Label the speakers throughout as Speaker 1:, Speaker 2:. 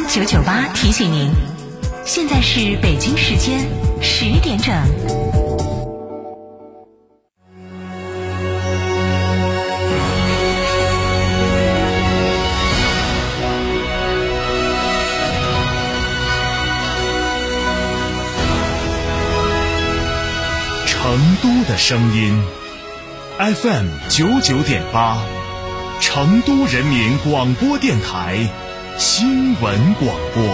Speaker 1: 998提醒您，现在是北京时间10点整。
Speaker 2: 成都的声音 FM 99.8，成都人民广播电台新闻广播。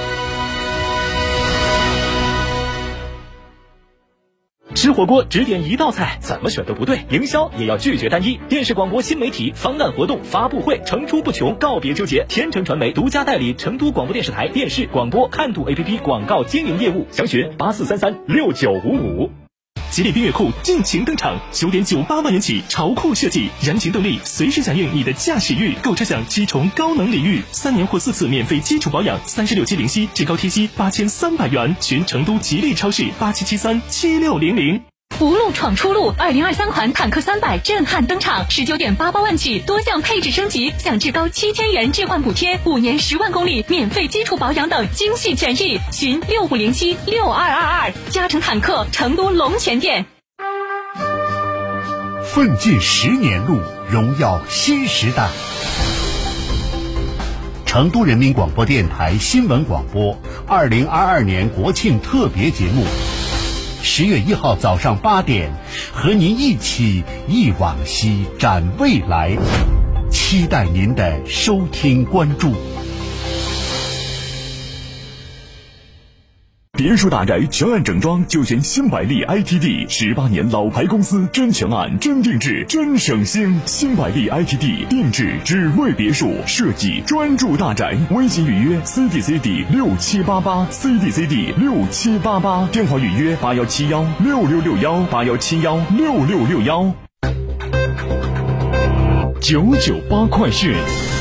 Speaker 3: 吃火锅只点一道菜，怎么选都不对。营销也要拒绝单一。电视广播新媒体方案活动发布会层出不穷，告别纠结。天成传媒独家代理成都广播电视台电视广播看度 APP 广告经营业务，详询84336955。吉利缤越酷尽情登场， 9.98万元起，潮酷设计，燃情动力，随时响应你的驾驶欲。购车享7重高能礼遇，3年或4次免费基础保养，36期零息，至高贴息8300元。询成都吉利超市87737600。
Speaker 1: 福禄闯出路，2023款坦克300震撼登场，19.88万起，多项配置升级，享至高7000元置换补贴，5年10万公里免费基础保养等精细权益。询65076222，嘉诚坦克成都龙泉店。
Speaker 4: 奋进10年路，荣耀新时代。成都人民广播电台新闻广播2022年国庆特别节目，10月1号早上8点，和您一起忆往昔，展未来，期待您的收听关注。
Speaker 5: 别墅大宅全案整装就选新百利 ITD，18年老牌公司，真全案、真定制、真省心。新百利 ITD 定制只为别墅设计，专注大宅。微信预约 CDCD6788 CDCD6788，电话预约8171666181716661。998快讯。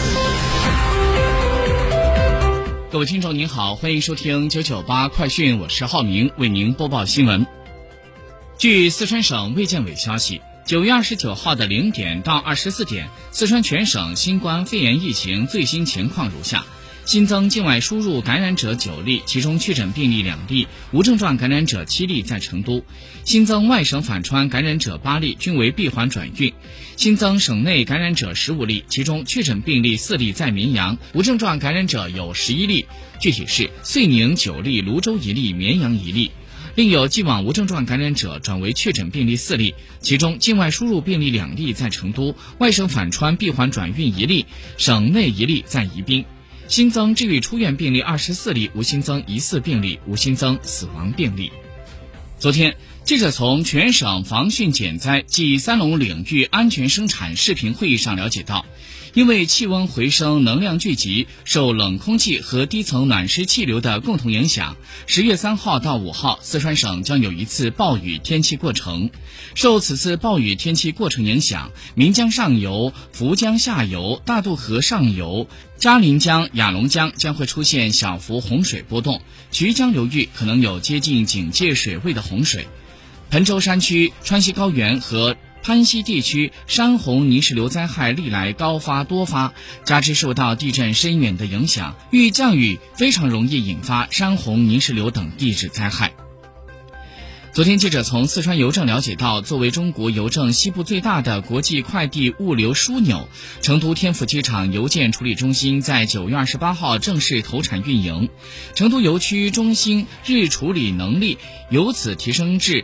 Speaker 6: 各位听众您好，欢迎收听998快讯，我是浩明，为您播报新闻。据四川省卫健委消息，9月29号的0点到24点，四川全省新冠肺炎疫情最新情况如下：新增境外输入感染者9例，其中确诊病例2例，无症状感染者7例在成都；新增外省返川感染者8例，均为闭环转运；新增省内感染者15例，其中确诊病例4例在绵阳，无症状感染者有11例，具体是遂宁9例，泸州1例，绵阳1例。另有既往无症状感染者转为确诊病例4例，其中境外输入病例2例在成都，外省返川闭环转运1例，省内1例在宜宾。新增治愈出院病例24例，无新增疑似病例，无新增死亡病例。昨天，记者从全省防汛减灾暨3农领域安全生产视频会议上了解到，因为气温回升、能量聚集，受冷空气和低层暖湿气流的共同影响，10月3号到5号，四川省将有一次暴雨天气过程。受此次暴雨天气过程影响，岷江上游、涪江下游、大渡河上游、嘉陵江、雅龙江将会出现小幅洪水波动，衢江流域可能有接近警戒水位的洪水。彭州山区、川西高原和攀西地区山洪泥石流灾害历来高发多发，加之受到地震深远的影响，遇降雨非常容易引发山洪泥石流等地质灾害。昨天，记者从四川邮政了解到，作为中国邮政西部最大的国际快递物流枢纽，成都天府机场邮件处理中心在9月28号正式投产运营。成都邮区中心日处理能力由此提升至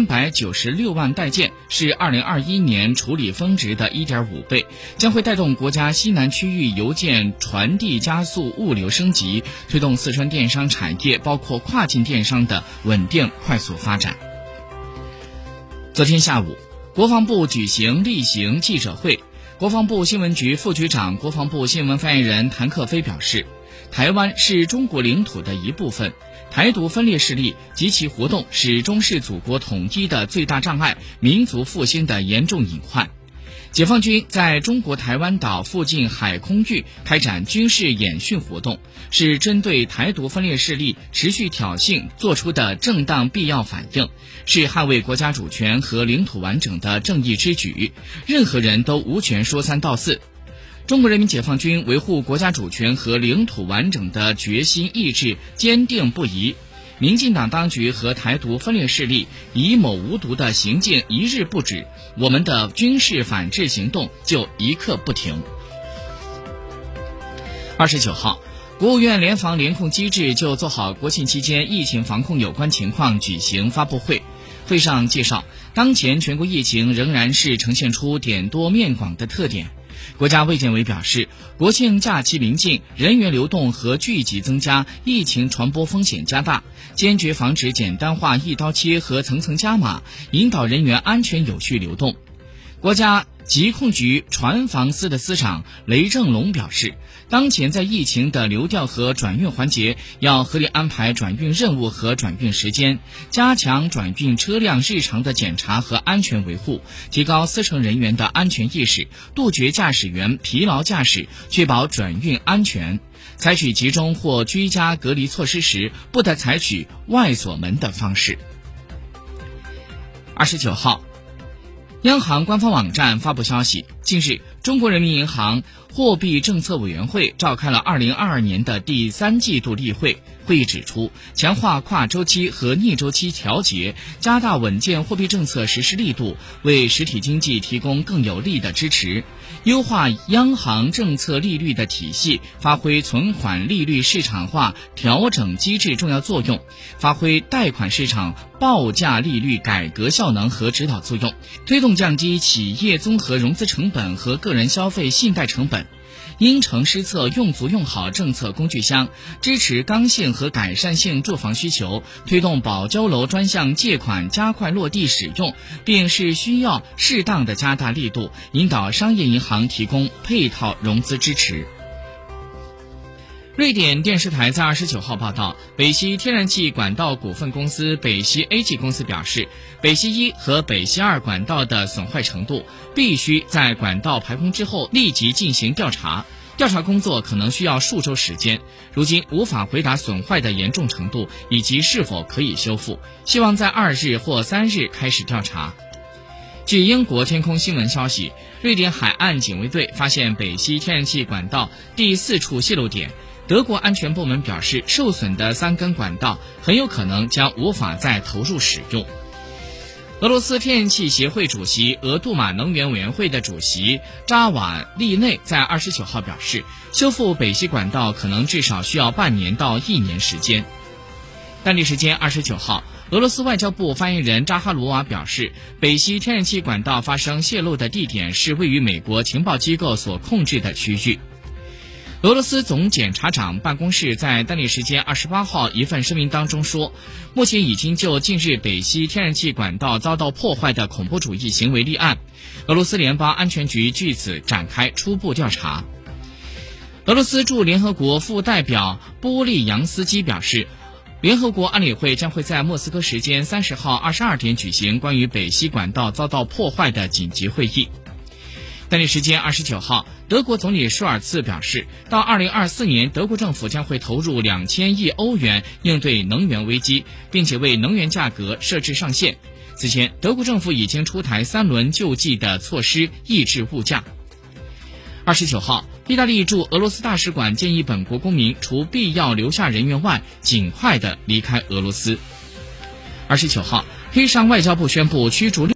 Speaker 6: 396万袋件，是2021年处理峰值的 1.5 倍，将会带动国家西南区域邮件传递加速物流升级，推动四川电商产业包括跨境电商的稳定快速发展。昨天下午，国防部举行例行记者会，国防部新闻局副局长、国防部新闻发言人谭克飞表示，台湾是中国领土的一部分，台独分裂势力及其活动是中式祖国统一的最大障碍，民族复兴的严重隐患。解放军在中国台湾岛附近海空域开展军事演训活动，是针对台独分裂势力持续挑衅做出的正当必要反应，是捍卫国家主权和领土完整的正义之举，任何人都无权说三道四。 中国人民解放军维护国家主权和领土完整的决心意志坚定不移，民进党当局和台独分裂势力以某无独的行径一日不止，我们的军事反制行动就一刻不停。29号，国务院联防联控机制就做好国庆期间疫情防控有关情况举行发布会。会上介绍，当前全国疫情仍然是呈现出点多面广的特点。国家卫健委表示，国庆假期临近，人员流动和聚集增加，疫情传播风险加大，坚决防止简单化、一刀切和层层加码，引导人员安全有序流动。国家疾控局船防司的司长雷正龙表示，当前在疫情的流调和转运环节，要合理安排转运任务和转运时间，加强转运车辆日常的检查和安全维护，提高司乘人员的安全意识，杜绝驾驶员疲劳驾驶，确保转运安全。采取集中或居家隔离措施时，不得采取外锁门的方式。29号，央行官方网站发布消息，近日，中国人民银行货币政策委员会召开了2022年的第3季度例会。会议指出，强化跨周期和逆周期调节，加大稳健货币政策实施力度，为实体经济提供更有力的支持；优化央行政策利率的体系，发挥存款利率市场化调整机制重要作用，发挥贷款市场报价利率改革效能和指导作用，推动降低企业综合融资成本和个人消费信贷成本。因城施策，用足用好政策工具箱，支持刚性和改善性住房需求，推动保交楼专项借款加快落地使用，并是需要适当的加大力度，引导商业银行提供配套融资支持。瑞典电视台在29号报道，北溪天然气管道股份公司北溪 AG 公司表示，北溪1和北溪2管道的损坏程度必须在管道排空之后立即进行调查，调查工作可能需要数周时间，如今无法回答损坏的严重程度以及是否可以修复，希望在2日或3日开始调查。据英国天空新闻消息，瑞典海岸警卫队发现北溪天然气管道第4处泄漏点，德国安全部门表示，受损的3根管道很有可能将无法再投入使用。俄罗斯天然气协会主席、俄杜马能源委员会的主席扎瓦利内在29号表示，修复北溪管道可能至少需要半年到1年时间。当地时间29号，俄罗斯外交部发言人扎哈罗娃表示，北溪天然气管道发生泄漏的地点是位于美国情报机构所控制的区域。俄罗斯总检察长办公室在当地时间28号一份声明当中说，目前已经就近日北溪天然气管道遭到破坏的恐怖主义行为立案，俄罗斯联邦安全局据此展开初步调查。俄罗斯驻联合国副代表波利扬斯基表示，联合国安理会将会在莫斯科时间30号22点举行关于北溪管道遭到破坏的紧急会议。当地时间29号，德国总理舒尔茨表示，到2024年，德国政府将会投入2000亿欧元应对能源危机，并且为能源价格设置上限。此前，德国政府已经出台3轮救济的措施，抑制物价。29号，意大利驻俄罗斯大使馆建议本国公民除必要留下人员外，尽快的离开俄罗斯。29号，黑山外交部宣布驱逐